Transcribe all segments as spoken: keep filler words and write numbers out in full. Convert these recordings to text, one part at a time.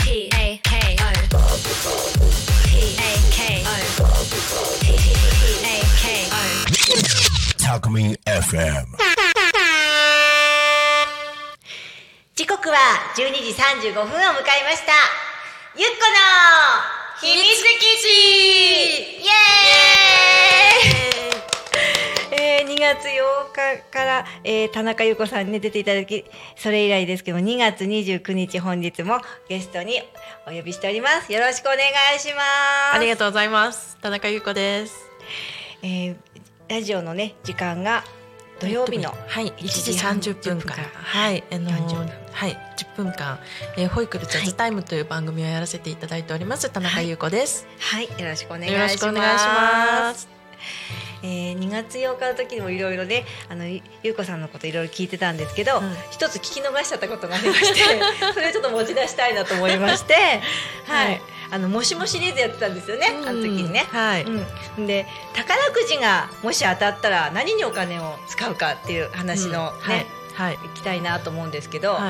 T A K O T A K O T A K O タコミン エフエム。 時刻はじゅうにじさんじゅうごふんを迎えました。ゆっこの秘密基地イエーイ、えー、にがつようかから、えー、田中優子さんに、ね、出ていただき、それ以来ですけどもにがつにじゅうくにち本日もゲストにお呼びしております。よろしくお願いします。 ありがとうございます。田中優子です。 えー、ラジオのね時間が土曜日のはいいちじさんじゅっぷんからはいあのー、はいじゅっぷんかん、えー、ホイクルジャズタイムという番組をやらせていただいております、はい、田中優子です。 はい、よろしくお願いします。 よろしくお願いします。 えー、にがつようかの時にもいろいろねあの優子さんのこといろいろ聞いてたんですけど、うん、一つ聞き逃しちゃったことがありましてそれをちょっと持ち出したいなと思いましてはい、はいあのもしもシリーズやってたんですよね、うん、あの時にね、 はいうん、で宝くじがもし当たったら何にお金を使うかっていう話のね、うんはいはい、行きたいなと思うんですけど、はい、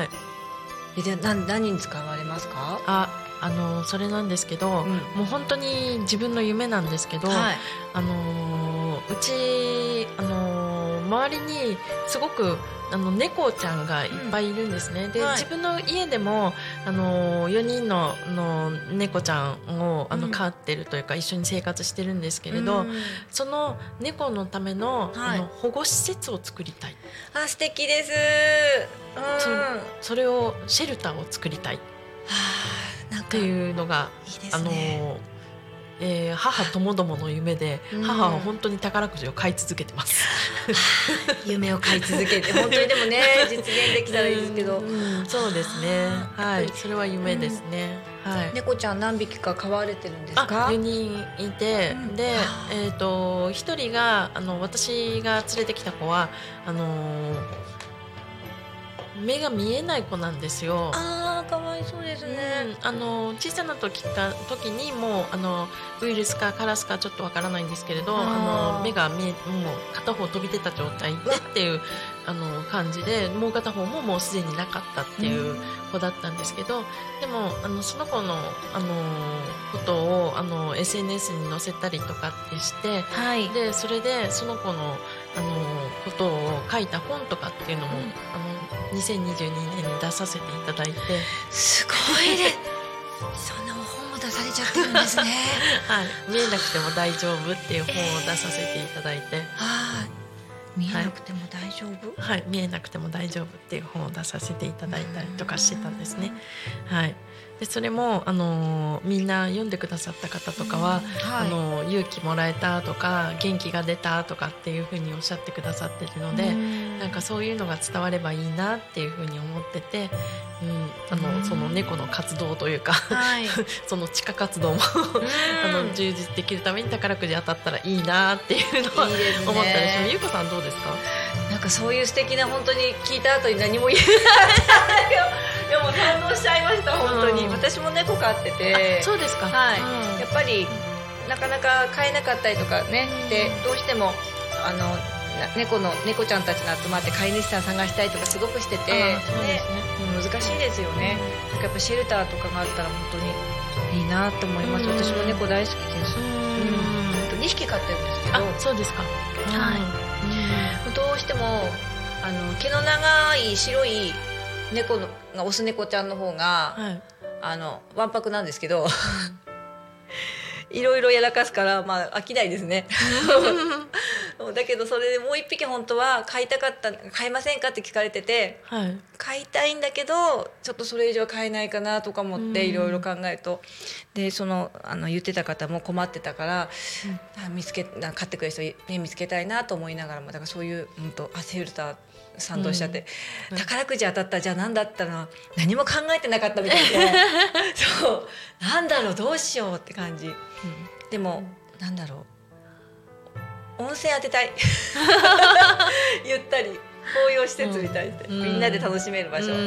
で何, 何に使われますか？ ああのそれなんですけど、うん、もう本当に自分の夢なんですけど、はい、あのうちあの周りにすごくあの猫ちゃんがいっぱいいるんですね、うんではい、自分の家でもあのよにん の, の猫ちゃんをあの、うん、飼ってるというか一緒に生活してるんですけれど、うん、その猫のため の,、はい、あの保護施設を作りたい。 あ素敵です、 うん、そ, それをシェルターを作りたい、はあ、なんかっていうのがいいですね。 あのえー、母ともどもの夢で、うん、母は本当に宝くじを買い続けてます夢を買い続けて本当にでもね実現できたらいいですけど、 うんうん、そうですね、はい、それは夢ですね、うんはい、 猫ちゃん何匹か飼われてるんですか？ よにんいて、うん、で、えー、とひとりがあの私が連れてきた子はあのー目が見えない子なんですよ。 あーかわいそうですね、 うん、あの小さな時か時にもうあのウイルスかカラスかちょっとわからないんですけれどあの目が見えもう片方飛び出た状態でっていうあの感じでもう片方ももうすでになかったっていう子だったんですけど、でもあのその子のあのことをあの エスエヌエス に載せたりとかってして、はい、でそれでその子のあのことを書いた本とかっていうのも、うん、あのにせんにじゅうにねんに出させていただいて、 すごいねそんな本も出されちゃってるんですねはい、見えなくても大丈夫っていう本を出させていただいて、えー、 はい見えなくても大丈夫、 はい、はい、見えなくても大丈夫っていう本を出させていただいたりとかしてたんですね。はいでそれも、あのー、みんな読んでくださった方とかは、はい、あのー、勇気もらえたとか元気が出たとかっていうふうにおっしゃってくださってるので、なんかそういうのが伝わればいいなっていうふうに思ってて、うん、あのその猫の活動というか、はい、その地下活動もあの充実できるために宝くじ当たったらいいなっていうのは、ね、思ったりします。ゆうこさんどうですか？ なんかそういう素敵な本当に聞いた後に何も言えないでも感動しちゃいました本当に、うん、私も猫飼ってて。 そうですか、 はいうん、 やっぱりなかなか飼えなかったりとかね、うん、でどうしてもあの猫の猫ちゃんたちの集まって飼い主さん探したりとかすごくしてて、ね、難しいですよね、うん、なんかやっぱシェルターとかがあったら本当にいいなと思います、うん、私も猫大好きです、うん、にひき飼ってるんですけど。 あそうですか、 はい、うん、どうしてもあの毛の長い白い猫のがオス猫ちゃんの方が、はい、あのわんぱくなんですけどいろいろやらかすから、まあ、飽きないですねだけどそれでもう一匹本当は飼いたかった飼いませんかって聞かれてて、はい、飼いたいんだけどちょっとそれ以上飼えないかなとか思っていろいろ考えるとでそのあの言ってた方も困ってたから、うん、見つけ飼ってくれる人、ね、見つけたいなと思いながらもだからそういう本当あセールター賛同しちゃって、うん、宝くじ当たったじゃあ何だったの何も考えてなかったみたいでそうなんだろうどうしようって感じ、うん、でも、うん、なんだろう温泉当てたいゆったり紅葉施設みたいで、うん、みんなで楽しめる場所、うんうん、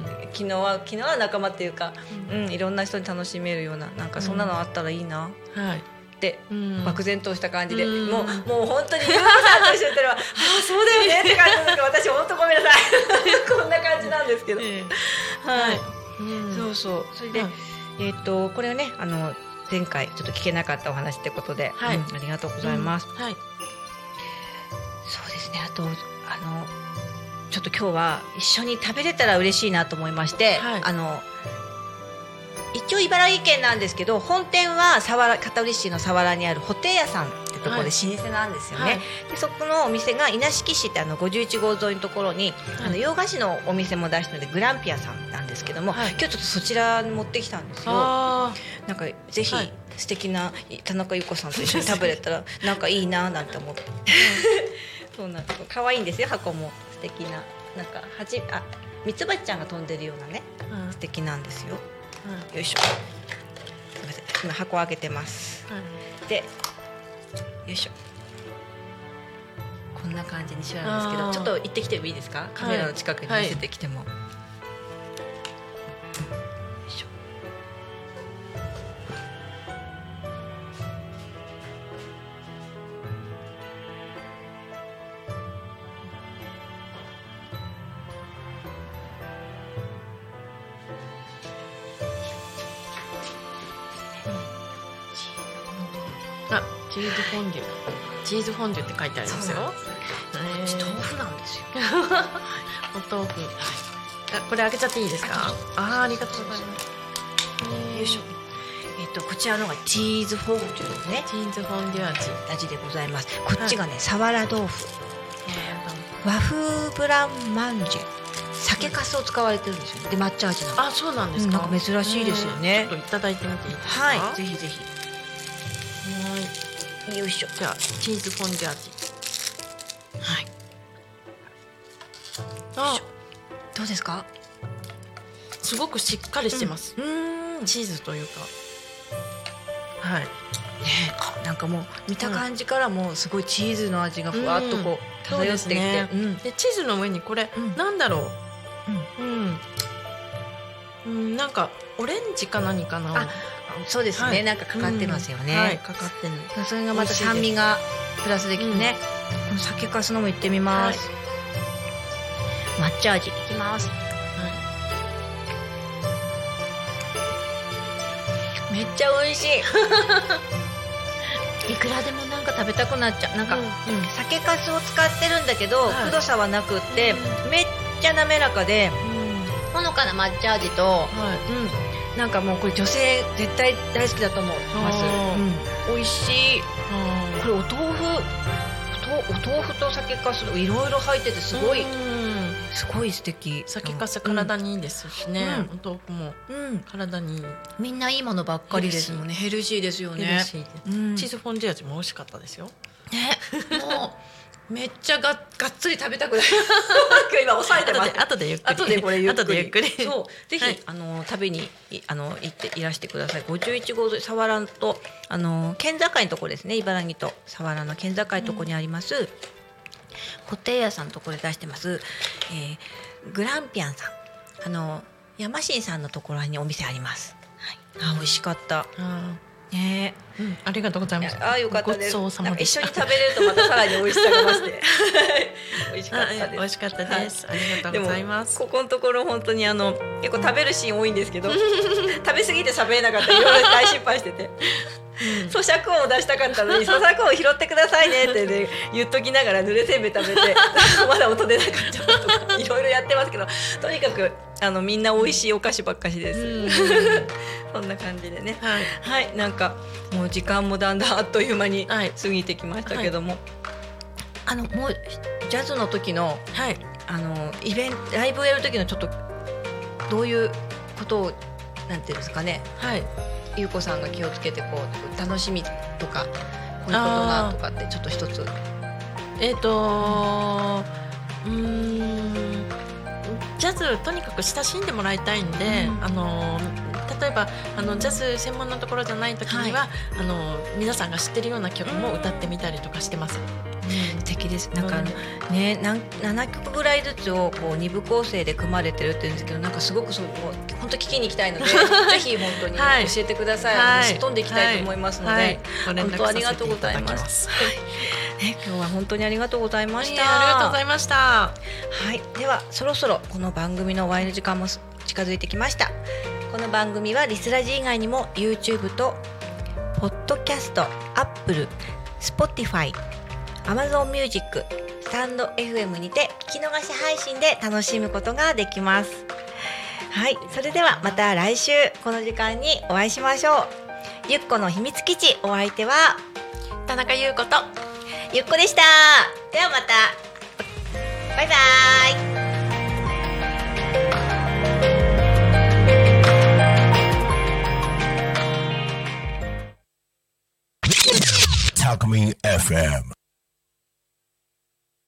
昨日は昨日は仲間っていうか、うんうん、いろんな人に楽しめるようななんかそんなのあったらいいな、うん、はいって漠然とした感じで、うん、もうもう本当にゆうこさんと一緒に言ったらああそうだよねって感じなんですけど私本当ごめんなさいこんな感じなんですけど、えー、はい、うん、そうそうそれで、はい、 えっとこれはねあの前回ちょっと聞けなかったお話ってことで、はい、うん、ありがとうございます。うん、はい。そうですね。あとあのちょっと今日は一緒に食べれたら嬉しいなと思いまして、はい、あの一応茨城県なんですけど本店は佐原香取市の佐原にあるホテイ屋さんってところで老舗なんですよね。はい、でそこのお店が稲敷市ってあのごじゅういちごう沿いのところに、はい、あの洋菓子のお店も出してるのでグランピアさんなんですけども、はい、今日ちょっとそちらに持ってきたんですよ。なんかぜひ、はい、素敵な田中由子さんと一緒に食べれたらなんかいいななんて思って。そうなんです。可愛いんですよ箱も素敵ななんかはじあミツバチちゃんが飛んでるようなね、うん、素敵なんですよ。うん、よいしょ。すみません今箱開けてます。うん、でよいしょ。こんな感じに仕上がるんですけどちょっと行ってきてもいいですか？カメラの近くに見せてきても。はいはいチーズフォンデュチーズフォンデュって書いてありますよ。 うち豆腐なんですよ。 お豆腐、はい、あこれ開けちゃっていいですか？あありがとうございます。 よいしょ。えっとこちらのがチーズフォンデュですね。 チーズフォンデュ味味でございます。こっちがね、はい、サワラ豆腐、和風ブランマンジュ、酒粕を使われてるんですよ。で抹茶味なんです。 あそうなんですか。 うん、なんか珍しいですよね。 ちょっといただいてみていいですか？ はいぜひぜひ。はいよいしょ。 じゃあチーズフォンデュ味。はい。あどうですか？ すごくしっかりしてます。うん、うんチーズというか。はい。ねなんかもう見た感じからもすごいチーズの味がふわっとこう漂ってきて、 ねうん、でチーズの上にこれ、うん、なんだろう、うんうん、なんかオレンジか何かな。 あそうですね、はい、なんかかかってますよね、 うん、はいかかってる。 それがまた酸味がプラスできてね、うん、この酒粕のもいってみます、はい、抹茶味いきます、はい、めっちゃ美味しいいくらでもなんか食べたくなっちゃう。なんか、うんうん、酒粕を使ってるんだけど、はい、くどさはなくって、うん、めっちゃ滑らかで、うん、ほのかな抹茶味と、はいうん、なんかもうこれ女性絶対大好きだと思います、うん、美味しい。これお豆腐お豆腐と酒粕いろいろ入っててすごいすごい素敵。 酒粕体にいいですしね、うん、お豆腐も体にいい、 みんないいものばっかりですもんね。ヘルシーですよね。ヘルシーです、 うん、チーズフォンデュ味も美味しかったですよね。もうめっちゃが っ, がっつり食べたくなる今抑えてます。 後でゆっくり後でこれゆっくりゆっくりそうぜひ、はい、あの食べにあの行っていらしてください。ごじゅういちごう佐原とあの県境のところですね。茨城と佐原の県境のところにあります、うん、ホテイ屋さんのところで出してます、えー、グランピアンさんあの山新さんのところにお店あります、はい、あ美味しかった。ねうん、ありがとうございます。 あ、よかったです。 ごちそうさまでした。 一緒に食べれるとまたさらに美味しさが増して美味しかったです。 美味しかったです、はい、ありがとうございます。 ここのところ本当にあの結構食べるシーン多いんですけど食べ過ぎて喋れなかったいろいろ大失敗してて、うん、咀嚼音を出したかったのに咀嚼音を拾ってくださいねって、ね、言っときながら濡れせんべい食べてまだ音出なかったとかいろいろやってますけど、とにかくあのみんな美味しいお菓子ばっかしです、うん、そんな感じでね、はい、はい、なんかもう時間もだんだんあっという間に過ぎてきましたけども、はい、あのもうジャズの時の、はい、あのイベントライブをやる時のちょっとどういうことをなんていうんですかね、はい、ゆうこさんが気をつけてこう楽しみとかこういうことがとかってちょっと一つえっ、ー、とうーんジャズとにかく親しんでもらいたいんで、うん、あの例えばあのジャズ専門のところじゃない時には、はい、あの皆さんが知ってるような曲も歌ってみたりとかしてます。 うん、素敵です。なんかあの、うん、ねななきょくぐらいずつをこうに部構成で組まれてるって言うんですけど、なんかすごくそう本当聞きに行きたいのでぜひ本当に教えてください。はい、すっ飛んでいきたいと思いますので、はいはい、 本当ありがとうございます。 ね、今日は本当にありがとうございました。 ありがとうございました。 はい、ではそろそろこの番組の終わりの時間も近づいてきました。 この番組はリスラジ以外にも YouTube とポッドキャスト、Apple、Spotify、Amazon Music、スタンド エフエム にて聞き逃し配信で楽しむことができます。はい、それではまた来週この時間にお会いしましょう。ゆっこの秘密基地、お相手は田中優子とゆっこでした。ではまた、バイバイ。 タクミン エフエム